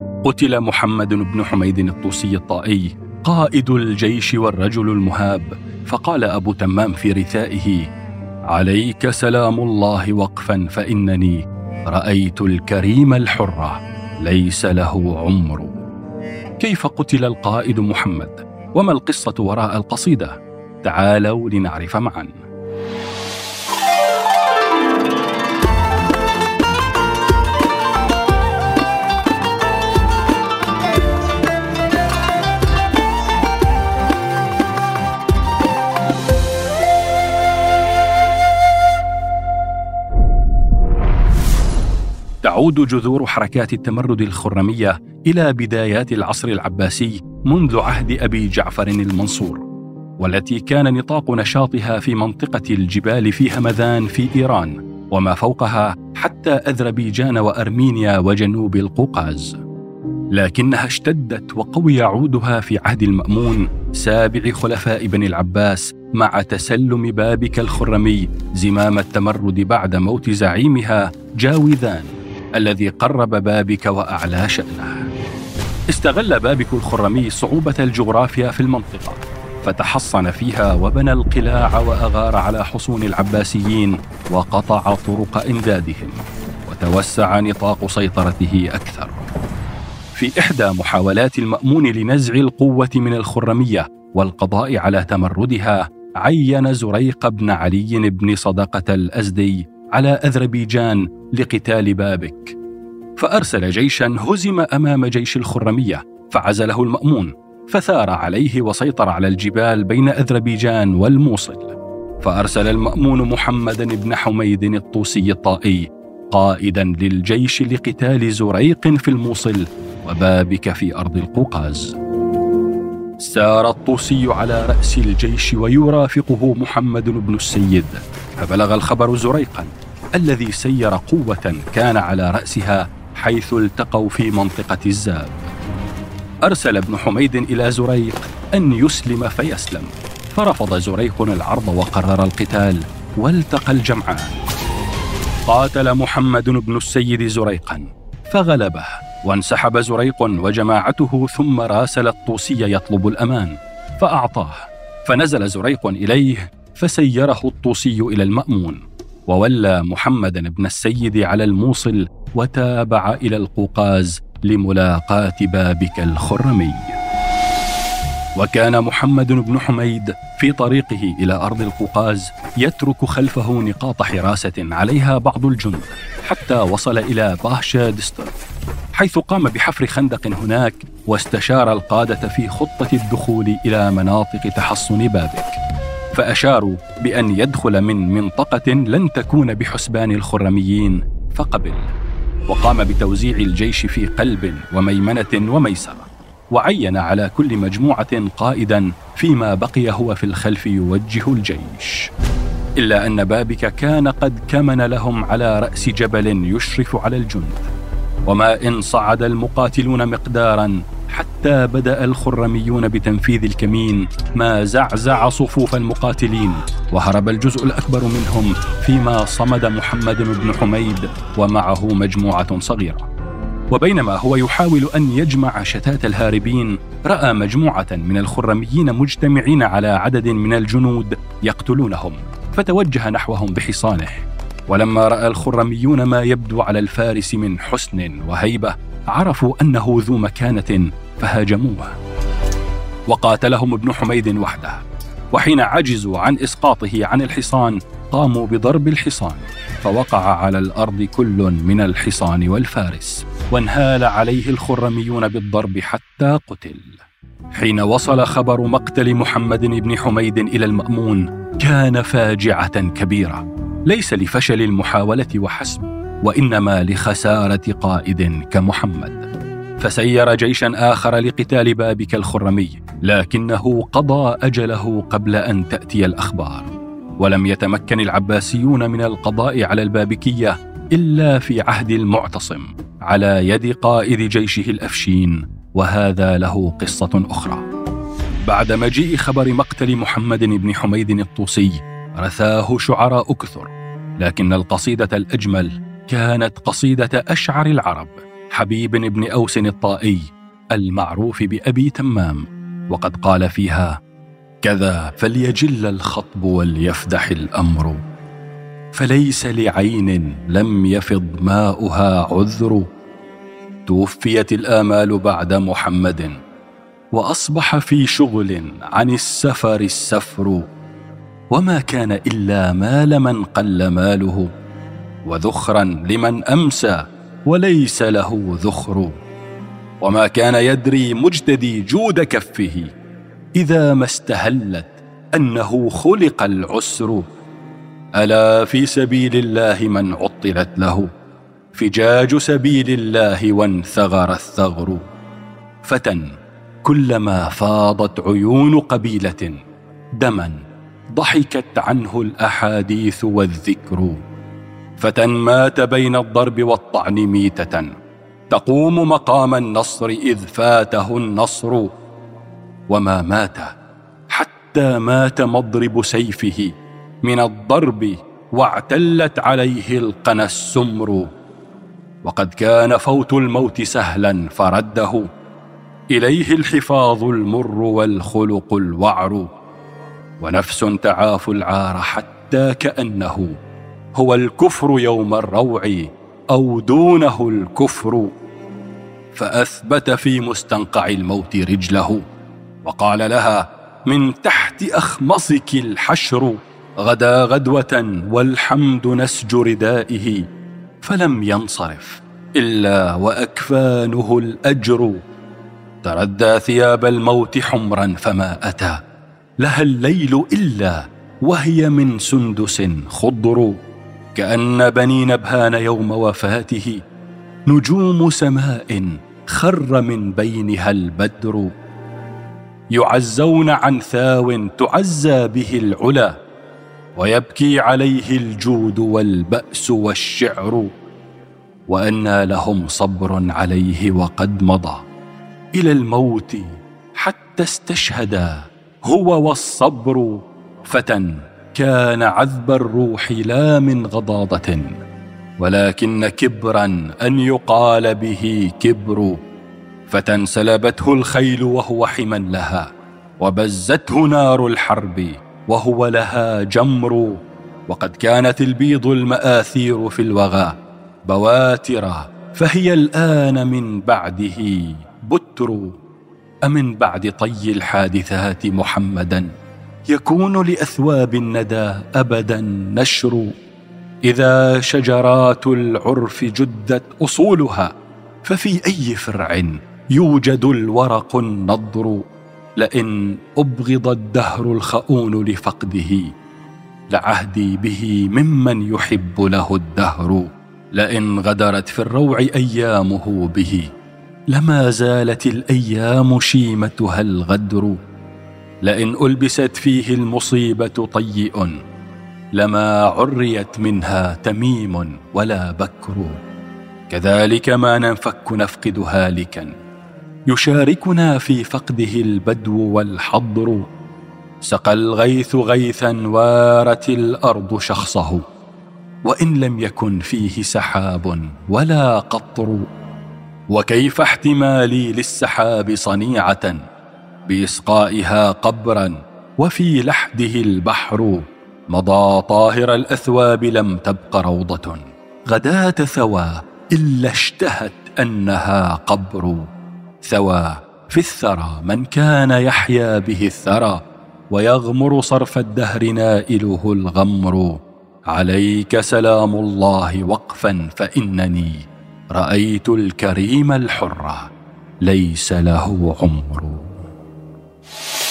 قتل محمد بن حميد الطوسي الطائي قائد الجيش والرجل المهاب، فقال أبو تمام في رثائه: عليك سلام الله وقفا، فإنني رأيت الكريم الحرة ليس له عمر. كيف قتل القائد محمد؟ وما القصة وراء القصيدة؟ تعالوا لنعرف معا. تعود جذور حركات التمرد الخرمية إلى بدايات العصر العباسي منذ عهد أبي جعفر المنصور، والتي كان نطاق نشاطها في منطقة الجبال في همذان في إيران وما فوقها حتى أذربيجان وأرمينيا وجنوب القوقاز. لكنها اشتدت وقوي عودها في عهد المأمون سابع خلفاء بني العباس مع تسلم بابك الخرمي زمام التمرد بعد موت زعيمها جاوذان الذي قرب بابك وأعلى شأنه. استغل بابك الخرمي صعوبة الجغرافيا في المنطقة، فتحصن فيها وبنى القلاع وأغار على حصون العباسيين وقطع طرق إمدادهم، وتوسع نطاق سيطرته أكثر. في إحدى محاولات المأمون لنزع القوة من الخرمية والقضاء على تمردها، عين زريق بن علي بن صدقة الأزدي على أذربيجان لقتال بابك، فأرسل جيشا هزم أمام جيش الخرمية، فعزله المأمون، فثار عليه وسيطر على الجبال بين أذربيجان والموصل. فأرسل المأمون محمد بن حميد الطوسي الطائي قائدا للجيش لقتال زريق في الموصل وبابك في أرض القوقاز. سار الطوسي على رأس الجيش ويرافقه محمد بن السيد، فبلغ الخبر زريقا الذي سير قوة كان على رأسها حيث التقوا في منطقة الزاب. أرسل ابن حميد إلى زريق أن يسلم فيسلم، فرفض زريق العرض وقرر القتال، والتقى الجمعان. قاتل محمد بن السيد زريقا فغلبه، وانسحب زريق وجماعته، ثم راسل الطوسي يطلب الأمان فأعطاه، فنزل زريق إليه فسيره الطوسي إلى المأمون، وولى محمد بن السيد على الموصل وتابع إلى القوقاز لملاقاة بابك الخرمي. وكان محمد بن حميد في طريقه إلى أرض القوقاز يترك خلفه نقاط حراسة عليها بعض الجند حتى وصل إلى باشا دستر، حيث قام بحفر خندق هناك، واستشار القادة في خطة الدخول إلى مناطق تحصن بابك، فأشاروا بأن يدخل من منطقة لن تكون بحسبان الخرميين، فقبل، وقام بتوزيع الجيش في قلب وميمنة وميسرة، وعين على كل مجموعة قائدا فيما بقي هو في الخلف يوجه الجيش. إلا أن بابك كان قد كمن لهم على رأس جبل يشرف على الجند، وما إن صعد المقاتلون مقدارا حتى بدأ الخرميون بتنفيذ الكمين ما زعزع صفوف المقاتلين، وهرب الجزء الأكبر منهم، فيما صمد محمد بن حميد ومعه مجموعة صغيرة. وبينما هو يحاول أن يجمع شتات الهاربين، رأى مجموعة من الخرميين مجتمعين على عدد من الجنود يقتلونهم، فتوجه نحوهم بحصانه. ولما رأى الخرميون ما يبدو على الفارس من حسن وهيبة، عرفوا أنه ذو مكانة فهاجموه، وقاتلهم ابن حميد وحده. وحين عجزوا عن إسقاطه عن الحصان، قاموا بضرب الحصان، فوقع على الأرض كل من الحصان والفارس، وانهال عليه الخرميون بالضرب حتى قتل. حين وصل خبر مقتل محمد بن حميد إلى المأمون، كان فاجعة كبيرة، ليس لفشل المحاولة وحسب، وإنما لخسارة قائد كمحمد. فسير جيشا آخر لقتال بابك الخرمي، لكنه قضى أجله قبل أن تأتي الأخبار. ولم يتمكن العباسيون من القضاء على البابكية إلا في عهد المعتصم على يد قائد جيشه الأفشين، وهذا له قصة أخرى. بعد مجيء خبر مقتل محمد بن حميد الطوسي، رثاه شعراء كثر، لكن القصيدة الأجمل كانت قصيدة أشعر العرب، حبيب بن أوس الطائي المعروف بأبي تمام، وقد قال فيها: كذا فليجل الخطب وليفدح الأمر، فليس لعين لم يفض ماؤها عذر. توفيت الآمال بعد محمد، وأصبح في شغل عن السفر السفر، وما كان إلا مال من قل ماله، وذخرا لمن أمسى وليس له ذخر. وما كان يدري مجتدي جود كفه إذا ما استهلت أنه خلق العسر. ألا في سبيل الله من عطلت له فجاج سبيل الله وانثغر الثغر. فتى كلما فاضت عيون قبيلة دما ضحكت عنه الأحاديث والذكر. فتى مات بين الضرب والطعن ميتة تقوم مقام النصر إذ فاته النصر. وما مات حتى مات مضرب سيفه من الضرب واعتلت عليه القنا السمر. وقد كان فوت الموت سهلا فرده إليه الحفاظ المر والخلق الوعر. ونفس تعاف العار حتى كأنه هو الكفر يوم الروع أو دونه الكفر. فأثبت في مستنقع الموت رجله وقال لها من تحت أخمصك الحشر. غدا غدوة والحمد نسج ردائه فلم ينصرف إلا وأكفانه الأجر. تردى ثياب الموت حمرا فما أتى لها الليل إلا وهي من سندس خضر. كأن بني نبهان يوم وفاته نجوم سماء خر من بينها البدر. يعزون عن ثاو تعزى به العلا ويبكي عليه الجود والبأس والشعر. وأنى لهم صبر عليه وقد مضى إلى الموت حتى استشهدا هو والصبر. فتى كان عذب الروح لا من غضاضة ولكن كبرا أن يقال به كبر. فتى سلبته الخيل وهو حما لها وبزته نار الحرب وهو لها جمر. وقد كانت البيض المآثير في الوغى بواتر فهي الآن من بعده بتر. أمن بعد طي الحادثات محمدا يكون لأثواب الندى أبدا نشر. إذا شجرات العرف جدت أصولها ففي أي فرع يوجد الورق النضر. لئن أبغض الدهر الخؤون لفقده لعهدي به ممن يحب له الدهر. لئن غدرت في الروع أيامه به لما زالت الأيام شيمتها الغدر. لئن ألبست فيه المصيبة طيء لما عريت منها تميم ولا بكر. كذلك ما ننفك نفقد هالكا يشاركنا في فقده البدو والحضر. سقى الغيث غيثا وارت الأرض شخصه وإن لم يكن فيه سحاب ولا قطر. وكيف احتمالي للسحاب صنيعة بإسقائها قبرا وفي لحده البحر. مضى طاهر الأثواب لم تبق روضة غداة ثوى إلا اشتهت أنها قبر. ثوى في الثرى من كان يحيا به الثرى ويغمر صرف الدهر نائله الغمر. عليك سلام الله وقفا فإنني رأيت الكريم الحر ليس له عمر.